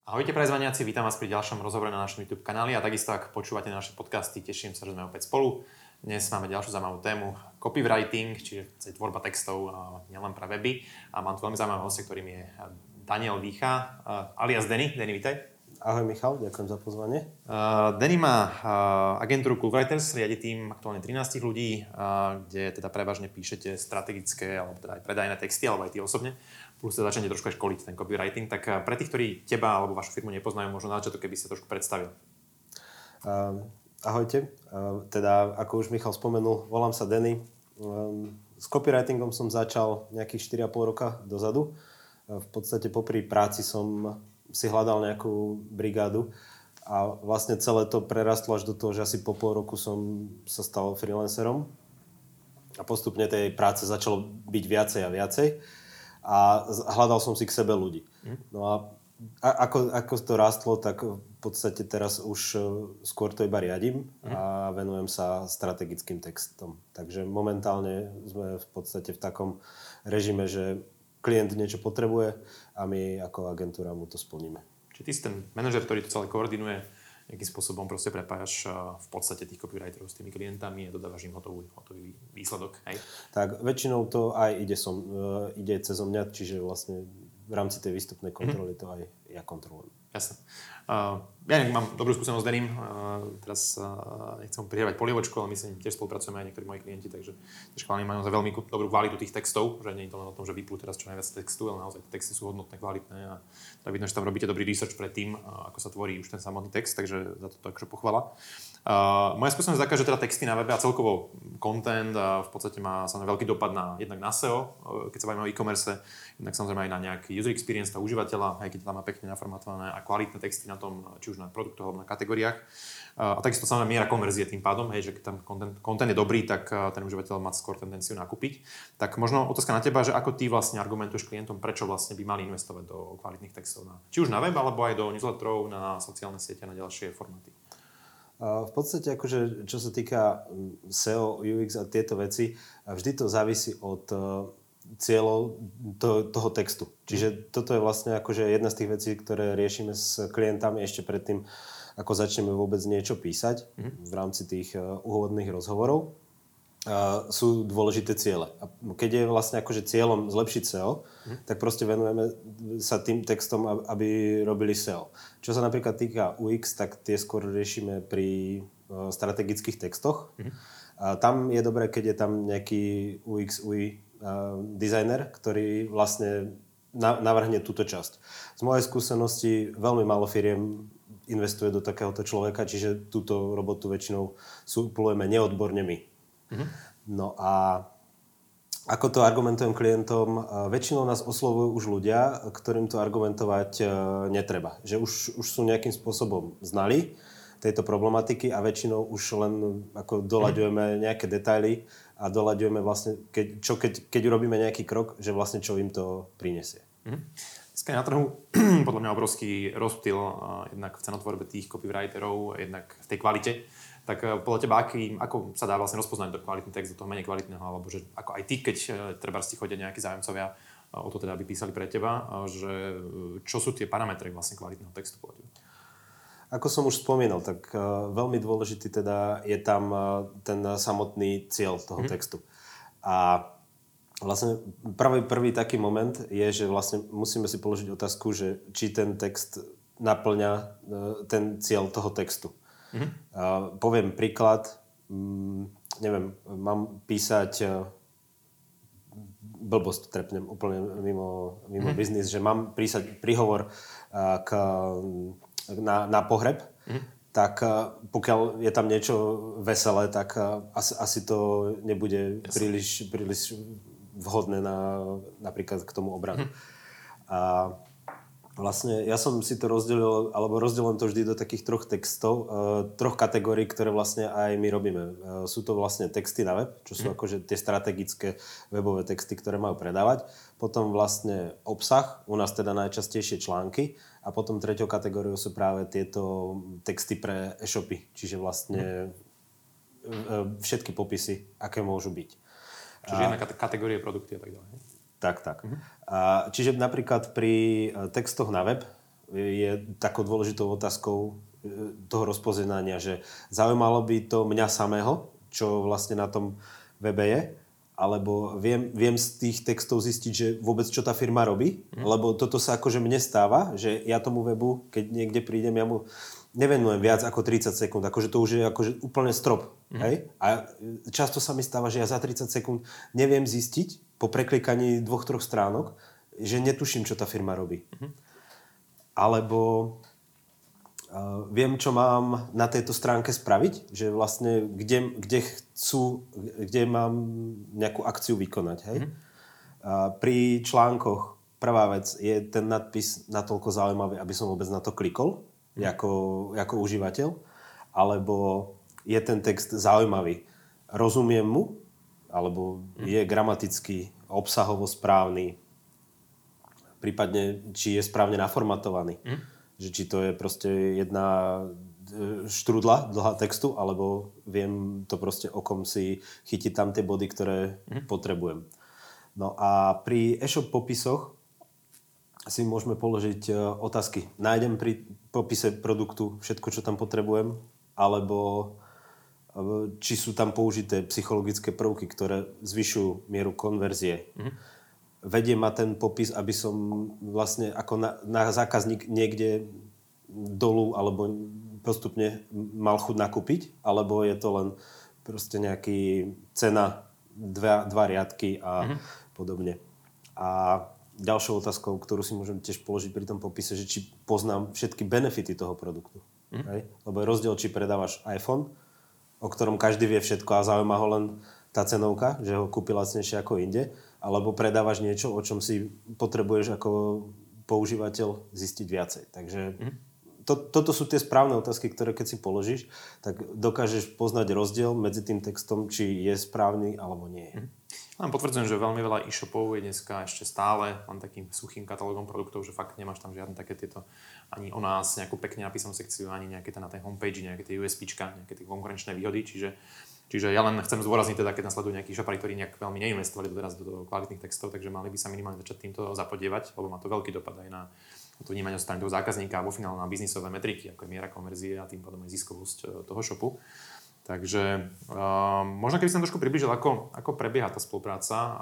Ahojte prezvaniaci, vítam vás pri ďalšom rozhovore na našom YouTube kanáli a takisto ak počúvate naše podcasty, teším sa, že sme opäť spolu. Dnes máme ďalšiu zaujímavú tému copywriting, čiže tvorba textov nielen pre weby a mám tu veľmi zaujímavého hostia, ktorým je Daniel Vícha, alias Denny. Denny, vítaj. Ahoj Michal, ďakujem za pozvanie. Denny má agentúru CoolWriters, riadi tým aktuálne 13 ľudí, kde teda prevažne píšete strategické alebo teda aj predajné texty, alebo aj ty osobne. Plus sa začnete trošku aj školiť ten copywriting, tak pre tých, ktorí teba alebo vašu firmu nepoznajú, možno na začiatok, keby ste trošku predstavil. Ahojte, teda ako už Michal spomenul, volám sa Denny. S copywritingom som začal nejakých 4,5 roka dozadu. V podstate popri práci som si hľadal nejakú brigádu a vlastne celé to prerastlo až do toho, že asi po pol roku som sa stal freelancerom a postupne tej práce začalo byť viacej a viacej. A hľadal som si k sebe ľudí. No a ako to rástlo, tak v podstate teraz už skôr to iba riadím a venujem sa strategickým textom. Takže momentálne sme v podstate v takom režime, že klient niečo potrebuje a my ako agentúra mu to splníme. Čiže ty si ten manažer, ktorý to celé koordinuje, akým spôsobom proste prepájaš v podstate tých copywriterov s tými klientami a dodávaš im hotový výsledok, hej? Tak väčšinou to aj ide cez mňa, čiže vlastne v rámci tej výstupnej kontroly to aj ja kontrolujem. Jasne. Ja mám dobrú skúsenosť s Denim. Teraz nechcem prihrávať polievočku, ale my sa tiež spolupracujeme aj niektorí moji klienti, takže tiež chválim majú za veľmi dobrú kvalitu tých textov, že nie je to len o tom, že vyplú teraz čo najviac textu, ale naozaj tie texty sú hodnotné, kvalitné a teda vidno, že tam robíte dobrý research pred tým, ako sa tvorí už ten samotný text, takže za to akože pochvala. Moja skúsenosť je taká, že teda texty na webe a celkovo content v podstate má samozrejme veľký dopad jednak na SEO, keď sa bavíme o e-commerce, jednak samozrejme aj na nejaký user experience toho užívateľa, aj keď tam má pekne naformatované a kvalitné texty na tom, či už na produktoch alebo na kategóriách. A takisto samozrejme miera konverzie tým pádom, hej, že keď tam content je dobrý, tak ten užívateľ má skôr tendenciu nakúpiť. Tak možno otázka na teba, že ako ty vlastne argumentuješ klientom, prečo vlastne by mali investovať do kvalitných textov, či už na web, alebo aj do newsletterov, na sociálne siete a na ďalšie formáty. V podstate, akože, čo sa týka SEO, UX a tieto veci, vždy to závisí od cieľov toho textu. Čiže toto je vlastne akože jedna z tých vecí, ktoré riešime s klientami ešte predtým, ako začneme vôbec niečo písať v rámci tých úvodných rozhovorov. Sú dôležité ciele. A keď je vlastne akože cieľom zlepšiť SEO, tak proste venujeme sa tým textom, aby robili SEO. Čo sa napríklad týka UX, tak tie skôr riešime pri strategických textoch. Tam je dobré, keď je tam nejaký UX, UI designer, ktorý vlastne navrhne túto časť. Z mojej skúsenosti veľmi málo firiem investuje do takéhoto človeka, čiže túto robotu väčšinou suplujeme neodborne my. No a ako to argumentujem klientom, väčšinou nás oslovujú už ľudia, ktorým to argumentovať netreba. Že už sú nejakým spôsobom znali tejto problematiky a väčšinou už len ako doľaďujeme nejaké detaily a doľaďujeme vlastne, keď urobíme nejaký krok, že vlastne čo im to prinesie. Dneska je na trhu podľa mňa obrovský rozptyl jednak v cenotvorbe tých copywriterov, jednak v tej kvalite. Tak podľa teba, ako sa dá vlastne rozpoznať do kvalitný text, do toho menej kvalitného, alebo že ako aj ty, keď treba si chodia nejakí zájomcovia o to teda, aby písali pre teba, že čo sú tie parametre vlastne kvalitného textu podľa teba? Ako som už spomínal, tak veľmi dôležitý teda je tam ten samotný cieľ toho textu. A vlastne prvý taký moment je, že vlastne musíme si položiť otázku, že či ten text naplňa ten cieľ toho textu. Poviem príklad, neviem, mám písať blbosť, trepnem úplne mimo biznis, že mám písať príhovor na pohreb, tak pokiaľ je tam niečo veselé, tak asi to nebude príliš vhodné napríklad k tomu obranu. A vlastne ja som si to rozdelil to vždy do takých troch textov, troch kategórií, ktoré vlastne aj my robíme. Sú to vlastne texty na web, čo sú akože tie strategické webové texty, ktoré majú predávať. Potom vlastne obsah, u nás teda najčastejšie články. A potom treťou kategóriou sú práve tieto texty pre e-shopy, čiže vlastne všetky popisy, aké môžu byť. Čiže jedna kategórie produkty a tak ďalej. Tak. Čiže napríklad pri textoch na web je takou dôležitou otázkou toho rozpoznania, že zaujímalo by to mňa samého, čo vlastne na tom webe je, alebo viem z tých textov zistiť, že vôbec čo tá firma robí, lebo toto sa akože mne stáva, že ja tomu webu, keď niekde prídem, ja mu nevenujem viac ako 30 sekúnd, akože to už je akože úplne strop. Hej? A často sa mi stáva, že ja za 30 sekúnd neviem zistiť po preklikaní 2-3 stránok, že netuším, čo tá firma robí. Alebo viem, čo mám na tejto stránke spraviť, že vlastne kde mám nejakú akciu vykonať. Hej? Pri článkoch prvá vec je ten nadpis natoľko zaujímavý, aby som vôbec na to klikol ako užívateľ, alebo je ten text zaujímavý. Rozumiem mu, alebo je gramaticky, obsahovo správny, prípadne či je správne naformatovaný. Že či to je proste jedna štrudla dlhá textu, alebo viem to proste okom si chytiť tam tie body, ktoré potrebujem. No a pri e-shop popisoch si môžeme položiť otázky. Nájdem pri popise produktu všetko, čo tam potrebujem, alebo či sú tam použité psychologické prvky, ktoré zvyšujú mieru konverzie. Vedie ma ten popis, aby som vlastne ako na zákazník niekde dolu alebo postupne mal chuť nakúpiť, alebo je to len proste nejaký cena, dva riadky a podobne. A ďalšou otázkou, ktorú si môžem tiež položiť pri tom popise, že či poznám všetky benefity toho produktu. Hej? Lebo je rozdiel, či predávaš iPhone, o ktorom každý vie všetko a zaujíma ho len tá cenovka, že ho kúpi lacnejšie ako inde, alebo predávaš niečo, o čom si potrebuješ ako používateľ zistiť viacej. Takže toto sú tie správne otázky, ktoré keď si položíš, tak dokážeš poznať rozdiel medzi tým textom, či je správny alebo nie je. Len potvrdzujem, že veľmi veľa e-shopov je dneska ešte stále len takým suchým katalógom produktov, že fakt nemáš tam žiadne také tieto ani o nás, nejakú pekne napísanú sekciu, ani nejaké na tej homepage, nejaké tie USPčka, nejaké tie konkurenčné výhody, čiže ja len chcem zdôrazniť teda, keď nasledujú nejakí e-shopari, ktorí nejak veľmi neinvestovali doteraz do kvalitných textov, takže mali by sa minimálne začať týmto zapodievať, lebo má to veľký dopad aj na to vnímanie zo strany toho zákazníka a vo finále na biznisové metriky, ako je miera konverzie a tým pádom aj ziskovosť toho shopu. Takže možno keby som trošku približil, ako prebieha tá spolupráca,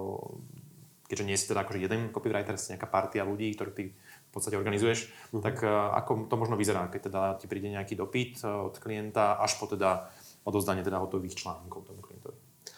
keďže nie si teda akože jeden copywriter, si nejaká partia ľudí, ktorých ty v podstate organizuješ, tak ako to možno vyzerá, keď teda ti príde nejaký dopyt od klienta až po teda odozdanie teda hotových článkov tomu klientovi?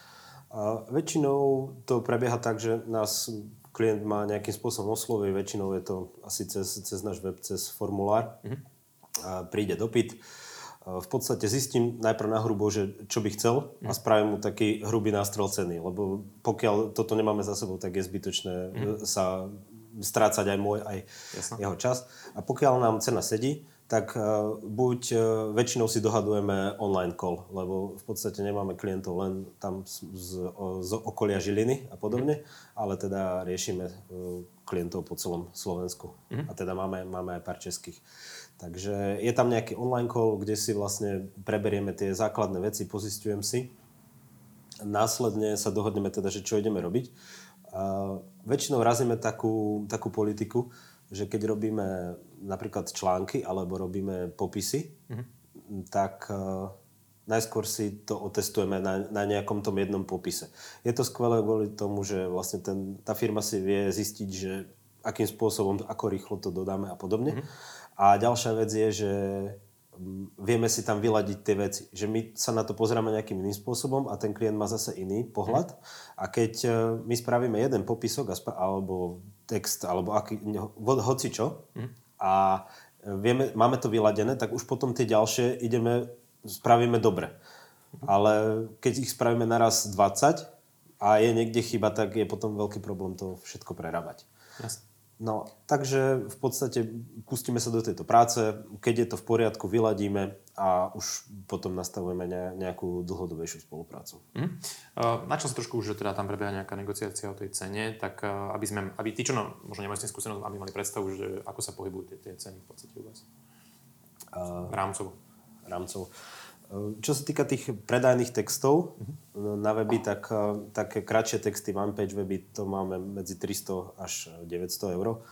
Väčšinou to prebieha tak, že nás klient má nejakým spôsobom osloví, väčšinou je to asi cez náš web, cez formulár. Príde dopyt. V podstate zistím najprv na hrubo, že čo by chcel a spravím mu taký hrubý nástrel ceny, lebo pokiaľ toto nemáme za sebou, tak je zbytočné sa strácať aj môj, aj jeho čas. A pokiaľ nám cena sedí, tak buď väčšinou si dohadujeme online call, lebo v podstate nemáme klientov len tam z okolia Žiliny a podobne, ale teda riešime klientov po celom Slovensku. A teda máme aj pár českých. Takže je tam nejaký online call, kde si vlastne preberieme tie základné veci, pozisťujem si. Následne sa dohodneme teda, že čo ideme robiť. Väčšinou razíme takú politiku, že keď robíme napríklad články alebo robíme popisy, tak najskôr si to otestujeme na nejakom tom jednom popise. Je to skvelé kvôli tomu, že vlastne tá firma si vie zistiť, že akým spôsobom, ako rýchlo to dodáme a podobne. A ďalšia vec je, že vieme si tam vyladiť tie veci. Že my sa na to pozeráme nejakým iným spôsobom a ten klient má zase iný pohľad. A keď my spravíme jeden popisok alebo text, alebo hocičo a máme to vyladené, tak už potom tie ďalšie spravíme dobre. Ale keď ich spravíme naraz 20 a je niekde chyba, tak je potom veľký problém to všetko prerábať. Jasne. No, takže v podstate pustíme sa do tejto práce, keď je to v poriadku, vyladíme a už potom nastavujeme nejakú dlhodobejšiu spoluprácu. Načal sa trošku už, že teda tam prebieha nejaká negociácia o tej cene, tak aby tí, čo možno nemajú s tým skúsenosť, aby mali predstavu, že ako sa pohybujú tie ceny v podstate u vás. Rámcovo. Čo sa týka tých predajných textov na weby, tak také kratšie texty, one page weby, to máme medzi 300 až 900 eur.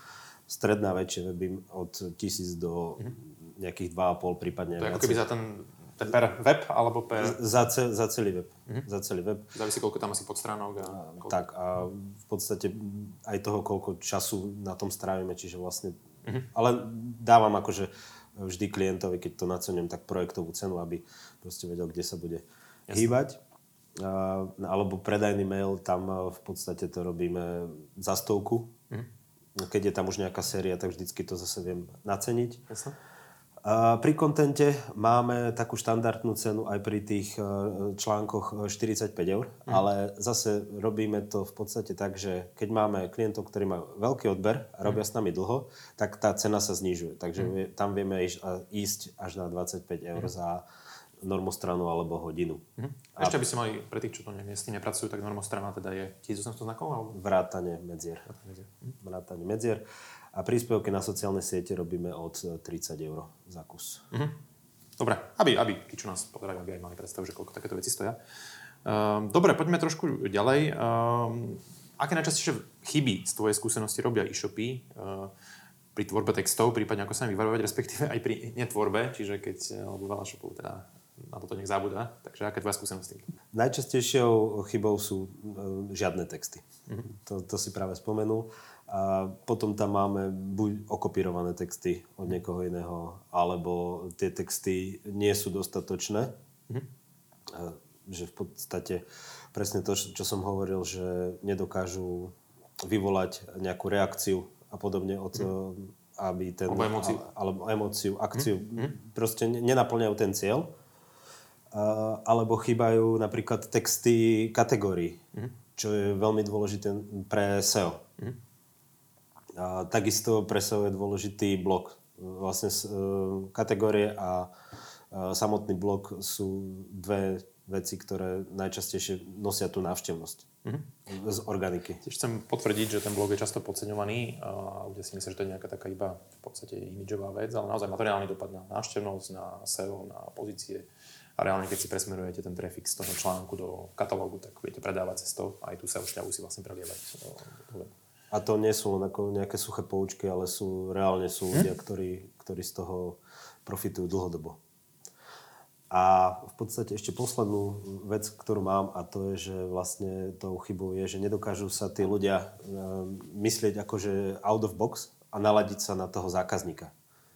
stredná väčšie weby od 1000 do nejakých 2,5, prípadne to je ako keby za ten per web, alebo per... Za celý web. Za celý web. Závisí, koľko tam asi podstránok. Tak a v podstate aj toho, koľko času na tom strávime, čiže vlastne... Ale dávam akože vždy klientovi, keď to nacením, tak projektovú cenu, aby proste vedel, kde sa bude hýbať. Alebo predajný mail, tam v podstate to robíme za 100. Keď je tam už nejaká séria, tak vždycky to zase viem naceniť. Jasne. Pri kontente máme takú štandardnú cenu aj pri tých článkoch 45 eur, ale zase robíme to v podstate tak, že keď máme klientov, ktorí majú veľký odber a robia s nami dlho, tak tá cena sa znižuje. Takže tam vieme ísť až na 25 eur za normostranu alebo hodinu. Ešte by ste mali, pre tých, čo to nepracujú, tak normostrana teda je 1800 znakov? Alebo? Vrátane medzier. Vrátane medzier. A príspevky na sociálne siete robíme od 30 eur za kus. Dobre, aby tí, čo nás pozerajú, aby aj mali predstavu, že koľko takéto veci stoja. Dobre, poďme trošku ďalej. Aké najčastejšie chyby z tvojej skúsenosti robia e-shopy pri tvorbe textov, prípadne ako sa im vyvarovať, respektíve aj pri netvorbe, čiže keď, alebo veľa shopov teda na toto nech zabúda. Takže aké tvoja skúsenosti? Najčastejšou chybou sú žiadne texty. To si práve spomenul. A potom tam máme buď okopírované texty od niekoho iného, alebo tie texty nie sú dostatočné. Že v podstate presne to, čo som hovoril, že nedokážu vyvolať nejakú reakciu a podobne od aby ten... Alebo emóciu, akciu. Proste nenaplňajú ten cieľ. Alebo chýbajú napríklad texty kategórií, čo je veľmi dôležité pre SEO. A takisto pre SEO je dôležitý blog. Vlastne kategórie a samotný blog sú dve veci, ktoré najčastejšie nosia tú návštevnosť z organiky. Tiež chcem potvrdiť, že ten blog je často podceňovaný a ľudia si myslia, že to je nejaká taká iba v podstate imidžová vec, ale naozaj má to reálny dopad na návštevnosť, na SEO, na pozície. A reálne, keď si presmerujete ten trafik z toho článku do katalógu, tak viete predávať cez to a aj tú SEO šťavu si vlastne prelievať do webu. A to nie sú len ako nejaké suché poučky, ale reálne sú ľudia, ktorí z toho profitujú dlhodobo. A v podstate ešte poslednú vec, ktorú mám, a to je, že vlastne tou chybou je, že nedokážu sa tí ľudia myslieť akože out of box a naladiť sa na toho zákazníka.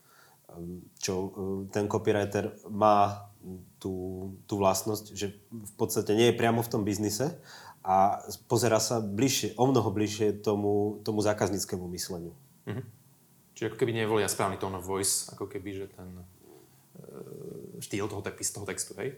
Čo ten copywriter má tú vlastnosť, že v podstate nie je priamo v tom biznise a pozerá sa o mnoho bližšie tomu zákazníckému mysleniu. Čiže ako keby nevolia správny tone of voice, ako keby, že ten štýl toho textu, hej?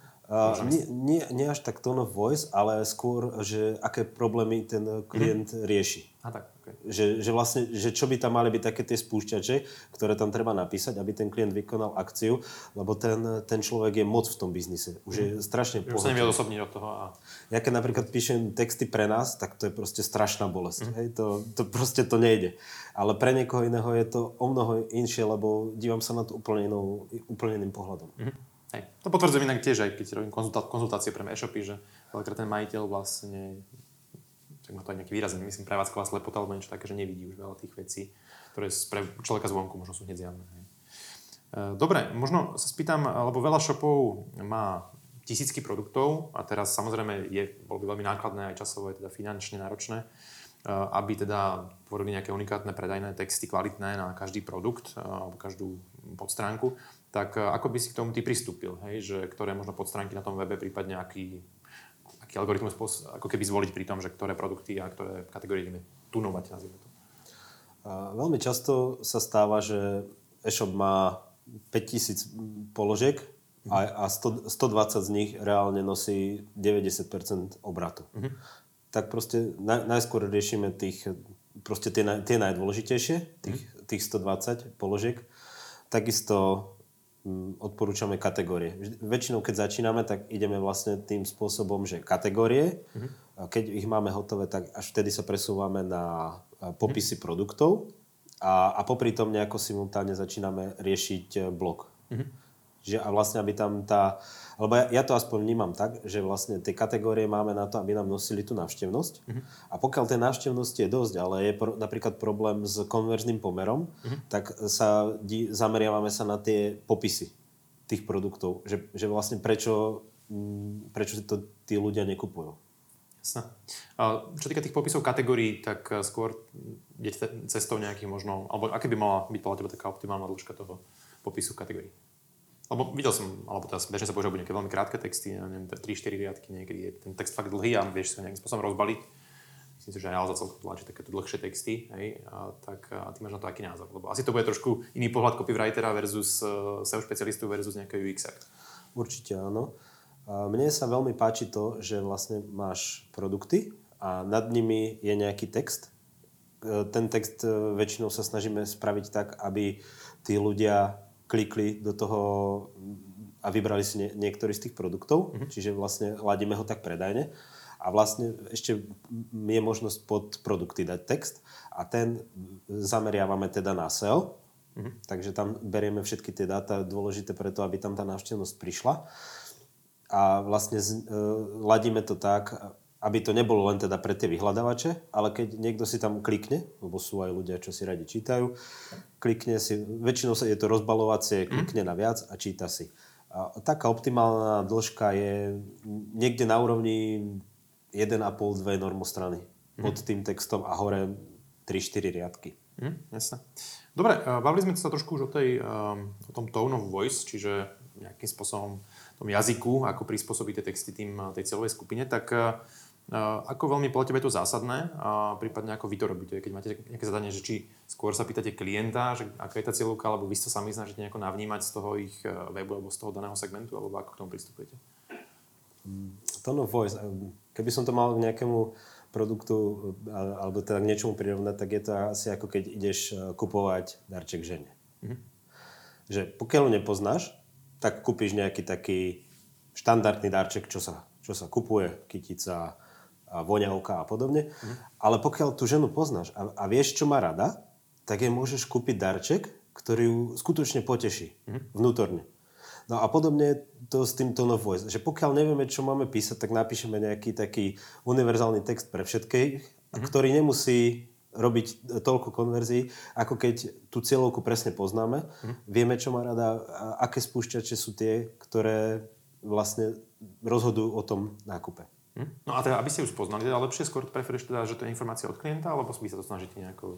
Nie až tak tone of voice, ale skôr, že aké problémy ten klient rieši. Tak, okay. Že vlastne, že čo by tam mali byť také tie spúšťače, ktoré tam treba napísať, aby ten klient vykonal akciu, lebo ten človek je moc v tom biznise. Už je strašne pohodlný. Už sa nevie odosobniť od toho. Ja keď napríklad píšem texty pre nás, tak to je proste strašná bolesť. Hej? To proste to nejde. Ale pre niekoho iného je to o mnoho inšie, lebo dívam sa na to úplne iným pohľadom. Hej. To potvrdzujem inak tiež, aj keď robím konzultácie pre e-shopy, že veľakrát ten majiteľ vlastne, tak má to aj nejaký výraz, myslím prevádzková slepota alebo niečo také, že nevidí už veľa tých vecí, ktoré pre človeka zvonku možno sú hneď zjavné. Dobre, možno sa spýtam, lebo veľa shopov má tisícky produktov a teraz samozrejme bolo by veľmi nákladné aj časovo, je teda finančne náročné, aby teda tvorili nejaké unikátne predajné texty kvalitné na každý produkt alebo každú podstránku. Tak ako by si k tomu ty pristúpil, hej? Že ktoré možno podstránky na tom webe, prípadne aký algoritmus ako keby zvoliť pri tom, že ktoré produkty a ktoré kategórie ideme tunovať, nazvime to. Veľmi často sa stáva, že e-shop má 5000 položiek a 120 z nich reálne nosí 90% obratu. Tak proste najskôr riešime tie najdôležitejšie, tých 120 položiek. Takisto odporúčame kategórie. Väčšinou, keď začíname, tak ideme vlastne tým spôsobom, že kategórie, keď ich máme hotové, tak až vtedy sa presúvame na popisy produktov a popri tom nejako simultánne začíname riešiť blog. A vlastne, aby tam lebo ja to aspoň vnímam tak, že vlastne tie kategórie máme na to, aby nám nosili tú návštevnosť. A pokiaľ tej návštevnosti je dosť, ale je napríklad problém s konverzným pomerom, tak zameriavame sa na tie popisy tých produktov. Že vlastne prečo si to tí ľudia nekupujú. Jasné. Čo týka tých popisov kategórií, tak skôr idete cestou nejakých možno, alebo aké by mala byť podľa teba taká optimálna dĺžka toho popisu kategórií? Lebo videl som, alebo teraz bežne sa používajú nejaké veľmi krátke texty, neviem, 3-4 riadky, niekedy je ten text fakt dlhý a vieš sa nejakým spôsobom rozbaliť. Myslím si, že aj Alza celkom tlačí takéto dlhšie texty, hej, a ty máš na to aký názor? Lebo asi to bude trošku iný pohľad copywritera versus SEO špecialistu versus nejakého UX-a. Určite áno. Mne sa veľmi páči to, že vlastne máš produkty a nad nimi je nejaký text. Ten text väčšinou sa snažíme spraviť tak, aby tí ľudia klikli do toho a vybrali si niektorý z tých produktov, čiže vlastne ladíme ho tak predajne. A vlastne ešte je možnosť pod produkty dať text a ten zameriavame teda na SEO, takže tam berieme všetky tie dáta dôležité preto, aby tam tá návštevnosť prišla. A vlastne ladíme to tak, aby to nebolo len teda pre tie vyhľadávače, ale keď niekto si tam klikne, lebo sú aj ľudia, čo si radi čítajú, klikne si, väčšinou je to rozbalovacie, klikne na viac a číta si. A taká optimálna dĺžka je niekde na úrovni 1,5-2 normostrany pod tým textom a hore 3-4 riadky. Jasné. Dobre, bavili sme sa trošku už o tom tone of voice, čiže nejakým spôsobom tom jazyku, ako prispôsobiť tie texty tej cieľovej skupine, tak ako veľmi podľa teba je to zásadné a prípadne ako vy to robíte, keď máte nejaké zadanie, že či skôr sa pýtate klienta, že aká je tá cieľovka, alebo vy sa sami snažíte nejako navnímať z toho ich webu alebo z toho daného segmentu, alebo ako k tomu pristupujete? Tone of voice. Keby som to mal k nejakému produktu alebo teda k niečomu prirovnať, tak je to asi ako keď ideš kupovať darček žene. Že pokiaľ ho nepoznáš, tak kúpiš nejaký taký štandardný darček, čo sa kupuje, kytica, voňavka a podobne. Ale pokiaľ tú ženu poznáš a vieš, čo má rada, tak jej môžeš kúpiť darček, ktorý ju skutočne poteší vnútorne. No a podobne to s tým tone of voice. Že pokiaľ nevieme, čo máme písať, tak napíšeme nejaký taký univerzálny text pre všetkých, ktorý nemusí robiť toľko konverzií, ako keď tú cieľovku presne poznáme. Vieme, čo má rada, aké spúšťače sú tie, ktoré vlastne rozhodujú o tom nákupe. No a teda, aby ste už poznali, teda lepšie skôr preferuješ teda, že to je informácia od klienta, alebo vy sa to snažíte nejako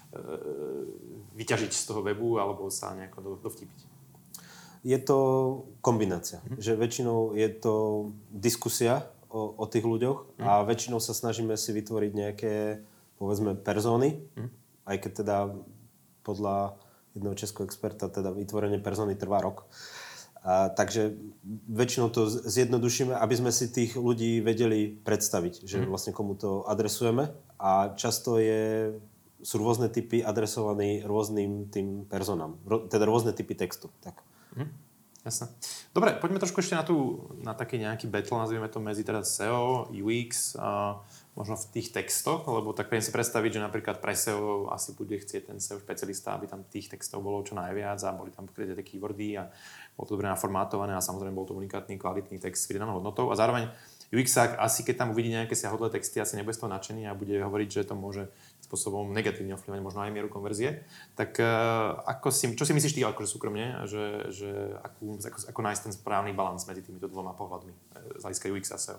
vyťažiť z toho webu, alebo sa nejako dovtipiť? Je to kombinácia. Že väčšinou je to diskusia o tých ľuďoch a väčšinou sa snažíme si vytvoriť nejaké, povedzme, persóny, aj keď teda podľa jedného českého experta teda vytvorenie persóny trvá rok. Takže väčšinou to zjednodušíme, aby sme si tých ľudí vedeli predstaviť, že vlastne komu to adresujeme a často sú rôzne typy adresovaní rôznym tým personám, teda rôzne typy textu. Tak. Jasné. Dobre, poďme trošku ešte na taký nejaký battle, nazvieme to medzi teda SEO, UX, možno v tých textoch, lebo tak viem si predstaviť, že napríklad pre SEO asi bude chcieť ten SEO špecialista, aby tam tých textov bolo čo najviac a boli tam pokryté tie keywordy a bolo to dobre naformátované a samozrejme bol to unikátny, kvalitný text s pridanou hodnotou a zároveň UX-ák asi keď tam uvidí nejaké siahodlé texty, asi nebude z toho nadšený a bude hovoriť, že to môže spôsobom negatívne ovplyvňovať možno aj mieru konverzie. Tak čo si myslíš ty akože súkromne, že ako nájsť ten správny balans medzi týmito dvoma pohľadmi z hľadiska UX a SEO?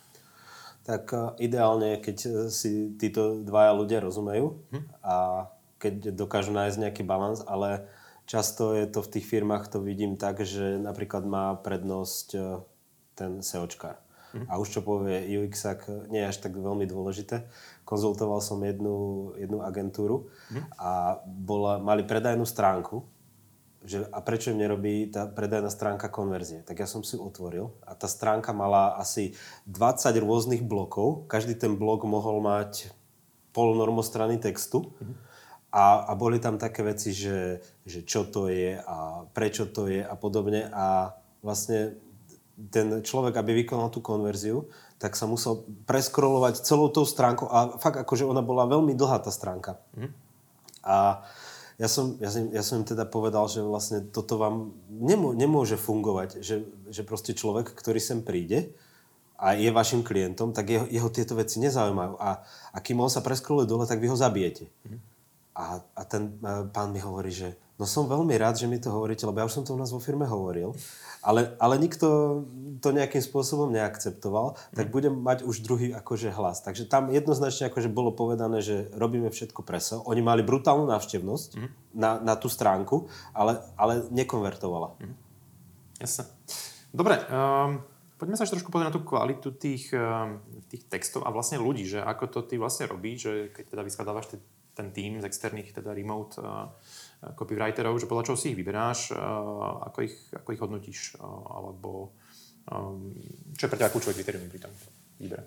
Tak ideálne, keď si títo dvaja ľudia rozumejú a keď dokážu nájsť nejaký balans, ale často je to v tých firmách, to vidím tak, že napríklad má prednosť ten SEOčkár. A už čo povie UX-ak, nie je až tak veľmi dôležité. Konzultoval som jednu agentúru a mali predajnú stránku, a prečo im nerobí tá predajná stránka konverzie. Tak ja som si otvoril a tá stránka mala asi 20 rôznych blokov. Každý ten blok mohol mať pol normostrany textu a boli tam také veci, že čo to je a prečo to je a podobne. A vlastne ten človek, aby vykonal tú konverziu, tak sa musel preskrolovať celou tou stránkou a fakt akože ona bola veľmi dlhá tá stránka. A Ja som im teda povedal, že vlastne toto vám nemôže fungovať, že proste človek, ktorý sem príde a je vašim klientom, tak jeho tieto veci nezaujímajú. A kým on sa preskroluje dole, tak vy ho zabijete. A ten pán mi hovorí, že no som veľmi rád, že mi to hovoríte, lebo ja už som to u nás vo firme hovoril, ale nikto to nejakým spôsobom neakceptoval, tak budem mať už druhý akože hlas. Takže tam jednoznačne akože bolo povedané, že robíme všetko pre SEO. Oni mali brutálnu návštevnosť na tú stránku, ale nekonvertovala. Jasne. Dobre, poďme sa ešte trošku pozrieť na tú kvalitu tých textov a vlastne ľudí, že ako to ty vlastne robíš, že keď teda vyskladávaš ten tím z externých, teda remote copywriterov, že podľa čoho si ich vyberáš, ako ich hodnotíš, alebo čo je pre teba kľúčové kritérium pri tom výbere?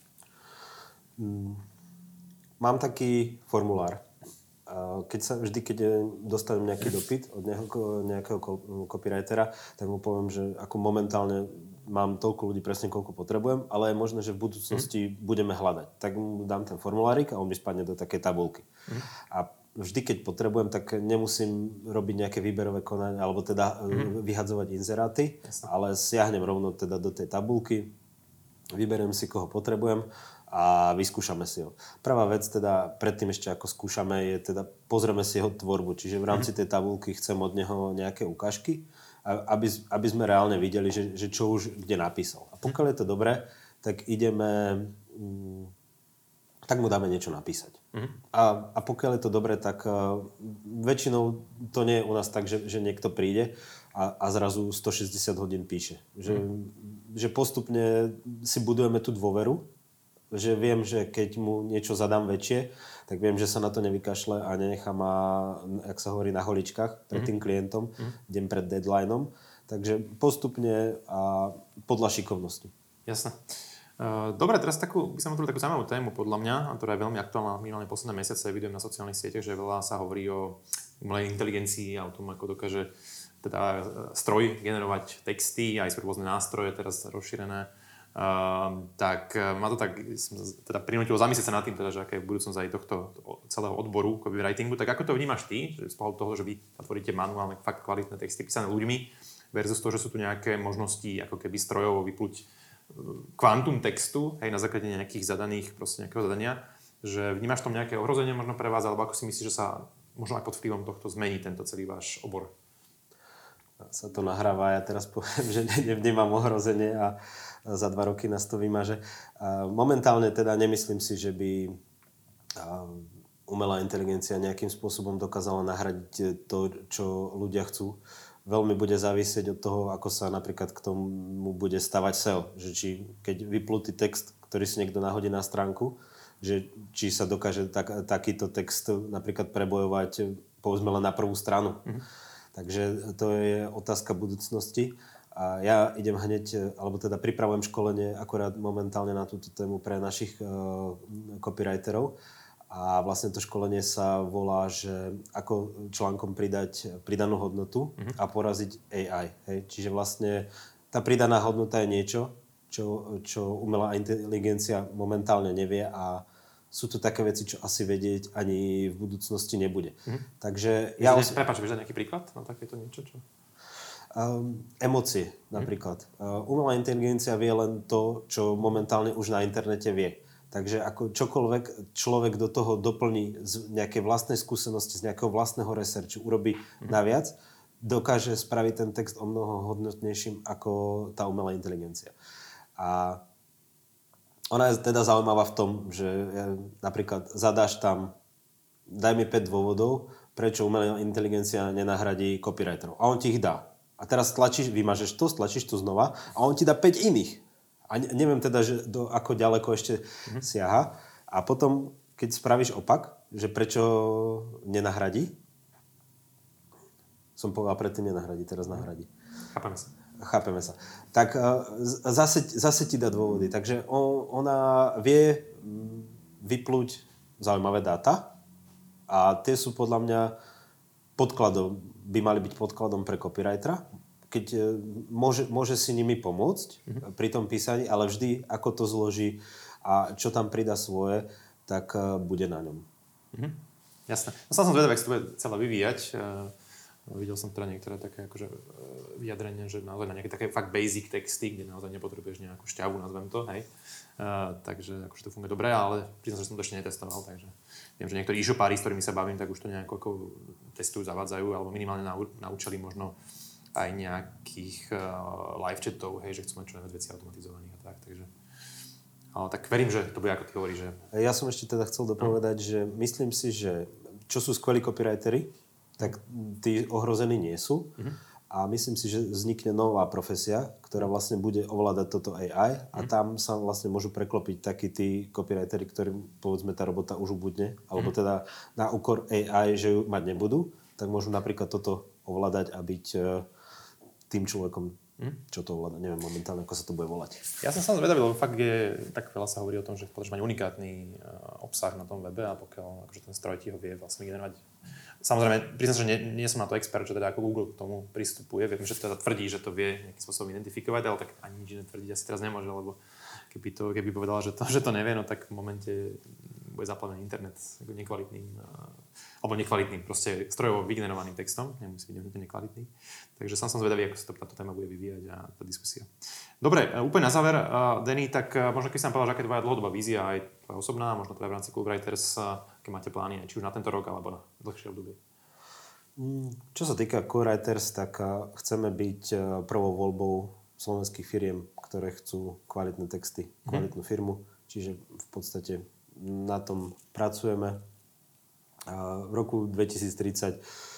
Mám taký formulár. Keď dostanem nejaký dopyt od nejakého copywritera, tak mu poviem, že ako momentálne mám toľko ľudí presne, koľko potrebujem, ale je možné, že v budúcnosti budeme hľadať. Tak mu dám ten formulárik a on mi spadne do takej tabulky. A vždy, keď potrebujem, tak nemusím robiť nejaké výberové konanie, alebo teda vyhadzovať inzeráty, ale siahnem rovno teda do tej tabulky, vyberiem si, koho potrebujem a vyskúšame si ho. Prvá vec teda, predtým ešte ako skúšame, je teda pozrieme si jeho tvorbu, čiže v rámci tej tabulky chcem od neho nejaké ukážky, aby sme reálne videli, že čo už kde napísal. A pokiaľ je to dobré, tak tak mu dáme niečo napísať. A pokiaľ je to dobré, tak väčšinou to nie je u nás tak, že niekto príde a zrazu 160 hodín píše. Že postupne si budujeme tú dôveru, že viem, že keď mu niečo zadám väčšie, tak viem, že sa na to nevykašle a nenechá ma, jak sa hovorí, na holičkách pred tým klientom, deň pred deadlineom. Takže postupne a podľa šikovnosti. Jasné. Dobre, teraz by som otvoril takú zaujímavú tému podľa mňa, a ktorá je veľmi aktuálna minulé posledné mesiace, vidujem na sociálnych sieťach, že veľa sa hovorí o umelej inteligencii a o tom, ako dokáže teda stroj generovať texty, aj sú rôzne nástroje teraz rozšírené. Tak ma to tak teda prinútilo zamyslieť sa nad tým, teda, že aká je budúcnosť aj tohto celého odboru copywritingu. Tak ako to vnímaš ty, z pohľadu toho, že vy tvoríte manuálne fakt kvalitné texty písané ľuďmi versus to, že sú tu nejaké možnosti ako keby strojovo vypluť kvantum textu, hej, na základe nejakých zadaných, proste nejakého zadania, že vnímaš tam nejaké ohrozenie možno pre vás, alebo ako si myslíš, že sa možno aj pod vplyvom tohto zmení tento celý váš obor? Sa to nahráva, ja teraz poviem, že nevnímam ohrozenie a za 2 roky nás to vymaže. Momentálne teda nemyslím si, že by umelá inteligencia nejakým spôsobom dokázala nahradiť to, čo ľudia chcú. Veľmi bude závisieť od toho, ako sa napríklad k tomu bude stavať SEO. Že či keď vyplutý text, ktorý si niekto nahodí na stránku, že či sa dokáže takýto text napríklad prebojovať povedzme len na prvú stranu. Takže to je otázka budúcnosti. A ja idem hneď, alebo teda pripravujem školenie akorát momentálne na túto tému pre našich copywriterov. A vlastne to školenie sa volá, že ako článkom pridať pridanú hodnotu a poraziť AI. Hej? Čiže vlastne tá pridaná hodnota je niečo, čo umelá inteligencia momentálne nevie a sú to také veci, čo asi vedieť ani v budúcnosti nebude. Takže Prepáč, vieš dať nejaký príklad na takéto niečo? Čo? Emócie napríklad. Umelá inteligencia vie len to, čo momentálne už na internete vie. Takže ako čokoľvek človek do toho doplní z nejakej vlastnej skúsenosti, z nejakého vlastného researchu, urobí naviac, dokáže spraviť ten text o mnoho hodnotnejším ako tá umelá inteligencia. A ona je teda zaujímavá v tom, že napríklad zadáš tam, daj mi 5 dôvodov, prečo umelá inteligencia nenahradí copywriterov. A on ti ich dá. A teraz vymažeš to, stlačíš to znova a on ti dá 5 iných. A neviem teda, že ako ďaleko ešte siaha. A potom, keď spravíš opak, že prečo nenahradí, som povedal predtým nenahradí, teraz nahradí. Chápeme sa. Tak zase ti dá dôvody. Takže ona vie vyplúť zaujímavé dáta a tie sú podľa mňa by mali byť podkladom pre copywritera, keď môže si nimi pomôcť pri tom písaní, ale vždy ako to zloží a čo tam pridá svoje, tak bude na ňom. Jasné. No som zvedavý, ak sa to bude celé vyvíjať. Videl som teda niektoré také akože vyjadrenie, že naozaj na nejaké také fakt basic texty, kde naozaj nepotrebuješ nejakú šťavu, nazvem to, hej. Takže akože to funguje dobre, ale priznám, že som to ešte netestoval, takže viem, že niektorí e-shopári, s ktorými sa bavím, tak už to nejako ako testujú, zavádzajú, alebo minimálne naučili možno aj nejakých live chatov, hej, že chcú mať čo najviac veci automatizovaných a tak, takže... Ale tak verím, že to bude ako ty hovoríš, že... Ja som ešte teda chcel dopovedať, že myslím si, že čo sú skvelí copywriteri, tak tí ohrození nie sú. A myslím si, že vznikne nová profesia, ktorá vlastne bude ovládať toto AI a tam sa vlastne môžu preklopiť takí tí copywriteri, ktorým povedzme tá robota už ubudne, alebo teda na úkor AI, že ju mať nebudú, tak môžu napríklad toto ovládať a byť tým človekom, čo to ovláda. Neviem momentálne, ako sa to bude volať. Ja som sa zvedavý, lebo fakt je, tak veľa sa hovorí o tom, že potrebuješ mať unikátny obsah na tom webe a pokiaľ akože ten stroj ti ho vie vlastne generovať. Samozrejme, priznám, že nie som na to expert, že teda ako Google k tomu pristupuje. Viem, že teda tvrdí, že to vie nejakým spôsobom identifikovať, ale tak ani nič netvrdiť asi teraz nemôže, lebo keby povedala, že to nevie, no tak v momente bude zaplavený internet nekvalitným, proste strojovo vygenerovaným textom, nemusí byť nekvalitný. Takže som zvedavý, ako sa táto téma bude vyvíjať a tá diskusia. Dobre, úplne na záver, Denny, tak možno keď sa nám povedal, že aká je tvoja dlhodobá vízia, aj tvoja osobná, možno teda v rámci Copywriters, aké máte plány, či už na tento rok, alebo na dlhšie obdobie. Čo sa týka Copywriters, tak chceme byť prvou voľbou slovenských firiem, ktoré chcú kvalitné texty, kvalitnú firmu. Čiže v podstate na tom pracujeme. A v roku 2023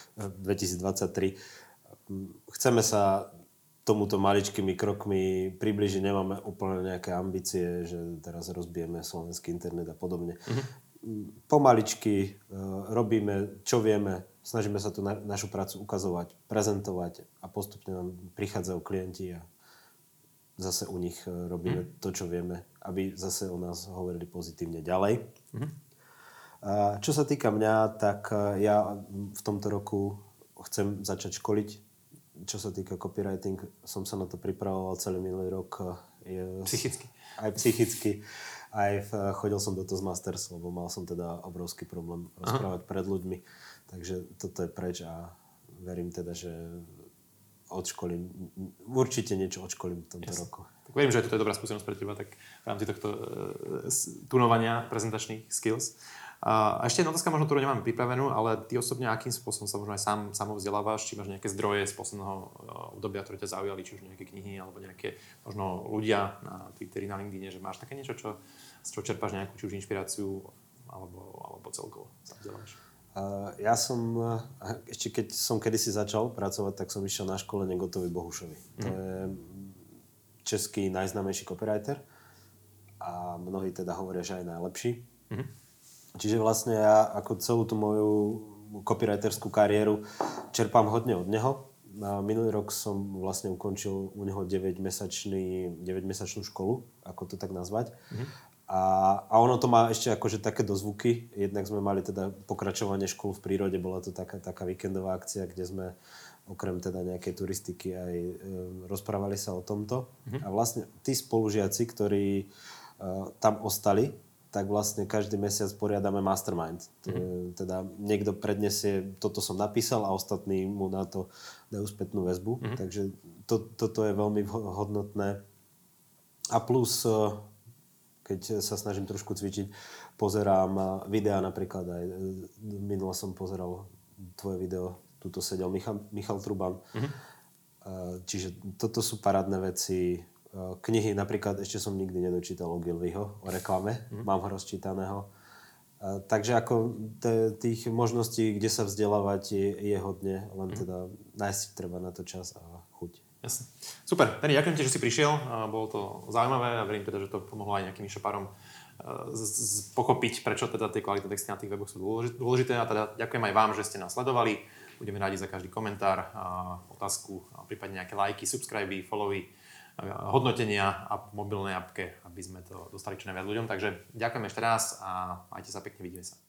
chceme sa tomuto maličkými krokmi približiť. Nemáme úplne nejaké ambície, že teraz rozbijeme slovenský internet a podobne. Pomaličky robíme, čo vieme. Snažíme sa tu našu prácu ukazovať, prezentovať a postupne nám prichádzajú klienti a zase u nich robíme to, čo vieme, aby zase o nás hovorili pozitívne ďalej. A čo sa týka mňa, tak ja v tomto roku chcem začať školiť. Čo sa týka copywriting, som sa na to pripravoval celý minulý rok. Psychicky. Aj psychicky. Chodil som do Toastmasters, lebo mal som teda obrovský problém rozprávať pred ľuďmi. Takže toto je preč a verím teda, že určite niečo odškolím v tomto roku. Tak verím, že aj toto je dobrá skúsenosť pre teba, tak v rámci tohto tunovania prezentačných skills. A ešte jedna otázka, možno ktorú nemáme pripravenú, ale ty osobne akým spôsobom sa možno aj sám vzdelávaš, či máš nejaké zdroje z posledného obdobia, ktoré ťa zaujali, či už nejaké knihy, alebo nejaké možno ľudia na Twitteri, na LinkedIne, že máš také niečo, z čoho čerpáš nejakú či už inšpiráciu, alebo celkovo sa vzdelávaš? Ja som, ešte keď som kedysi začal pracovať, tak som išiel na školenie Gotovi Bohušovi. To je český najznámejší copywriter a mnohí teda hovoria, že aj najlepší. Čiže vlastne ja ako celú tú moju copywriterskú kariéru čerpám hodne od neho. Minulý rok som vlastne ukončil u neho 9-mesačnú školu, ako to tak nazvať. A ono to má ešte akože také dozvuky. Jednak sme mali teda pokračovanie školu v prírode, bola to taká víkendová akcia, kde sme okrem teda nejakej turistiky aj rozprávali sa o tomto. A vlastne tí spolužiaci, ktorí tam ostali, tak vlastne každý mesiac poriadame mastermind. Teda niekto predniesie, toto som napísal a ostatní mu na to dajú spätnú väzbu. Takže toto je veľmi hodnotné. A plus, keď sa snažím trošku cvičiť, pozerám videá napríklad aj. Minule som pozeral tvoje video, tuto sedel Michal Truban. Čiže toto sú parádne veci. Knihy napríklad ešte som nikdy nedočítal Ogilvyho o reklame. Mám ho rozčítaného. Takže ako tých možností, kde sa vzdelávať je hodne, len teda nájsť treba na to čas a chuť. Jasne. Super. Denny, ďakujem ti, že si prišiel. Bolo to zaujímavé a verím teda, že to pomohlo aj nejakým shopárom pochopiť, prečo teda tie kvalitné texty na tých weboch sú dôležité. A teda ďakujem aj vám, že ste nás sledovali. Budeme rádi za každý komentár, otázku, prípadne nejaké lajky, subscriby, followy, hodnotenia a mobilnej appke, aby sme to dostali čo najviac ľuďom. Takže ďakujem ešte raz a majte sa pekne, vidíme sa.